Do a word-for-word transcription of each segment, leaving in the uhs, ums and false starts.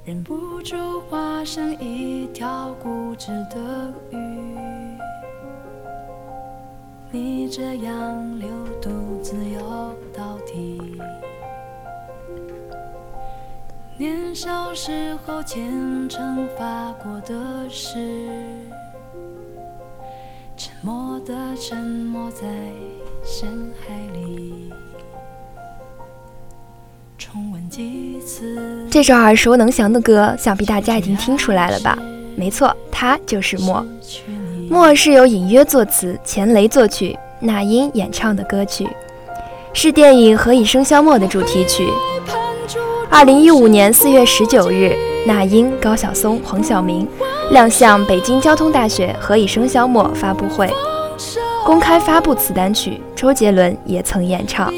忍不住化成一条固执的鱼，你这样流独自游到底。年少时候虔诚发过的誓，沉默的沉没在深海里，重温几次。 这首耳熟能详的歌，想必大家已经听出来了吧？没错，它就是默。默是由隐约作词，钱雷作曲，那英演唱的歌曲，是电影《何以笙箫默》的主题曲。二零一五年四月十九日，那英、高晓松、黄晓明亮相北京交通大学何以笙箫默发布会，公开发布此单曲，周杰伦也曾演唱。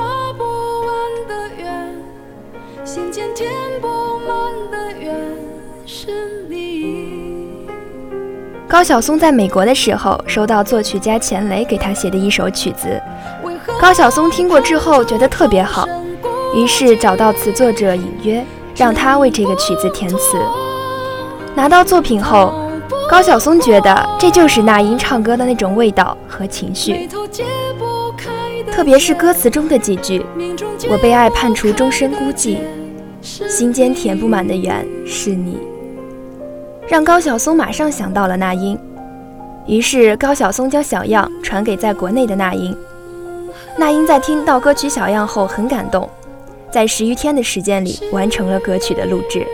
高晓松在美国的时候，收到作曲家钱雷给他写的一首曲子，高晓松听过之后觉得特别好，于是找到词作者隐约，让他为这个曲子填词。拿到作品后，高晓松觉得这就是那英唱歌的那种味道和情绪，特别是歌词中的几句：我被爱判处终身孤寂，心间填不满的缘是你，让高晓松马上想到了那英。于是高晓松将小样传给在国内的那英，那英在听到歌曲小样后很感动，在十余天的时间里完成了歌曲的录制。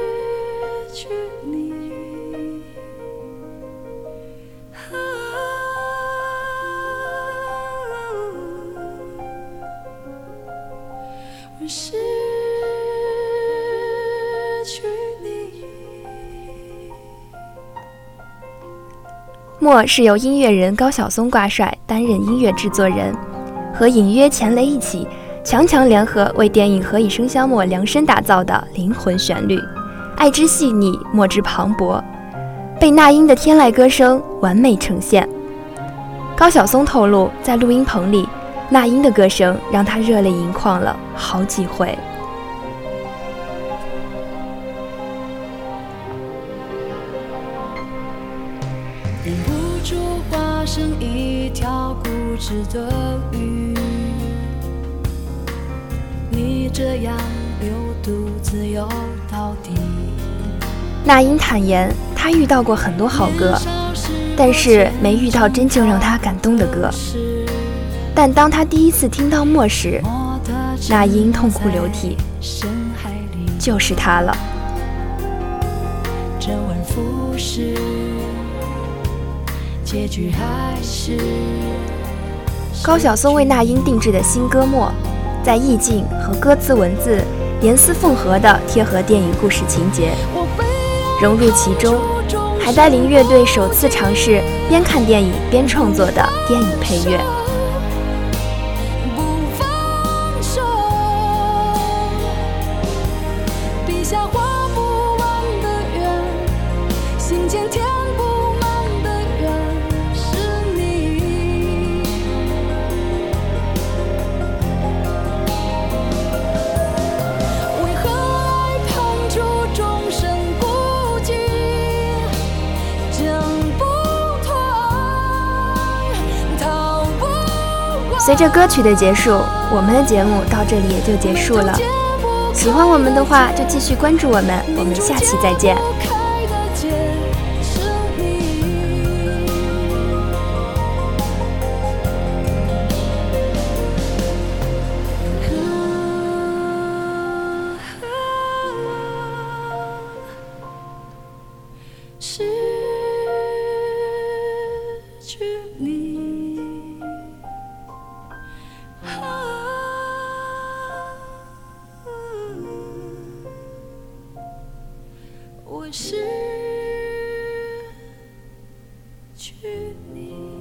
默是由音乐人高晓松挂帅担任音乐制作人，和隐约、钱雷一起强强联合，为电影《何以笙箫默》量身打造的灵魂旋律，爱之细腻，默之磅礴，被那英的天籁歌声完美呈现。高晓松透露，在录音棚里，那英的歌声让他热泪盈眶了好几回。 忍不住化成一条固执的鱼，你这样流独自游到底。 那英坦言，他遇到过很多好歌，但是没遇到真正让他感动的歌。但当他第一次听到默时，那英痛哭流涕，就是他了。 周而复始，结局还是高晓松为那英定制的新歌《默》，在意境和歌词文字严丝缝合地贴合电影故事情节，融入其中，还带领乐队首次尝试边看电影边创作的电影配乐。 不放手，笔下画不完的圆，心间填不满的缘是你。为何爱判处终身孤寂，挣不脱，逃不过。 随着歌曲的结束，我们的节目到这里也就结束了。喜欢我们的话，就继续关注我们，我们下期再见。 失去你，我失去你。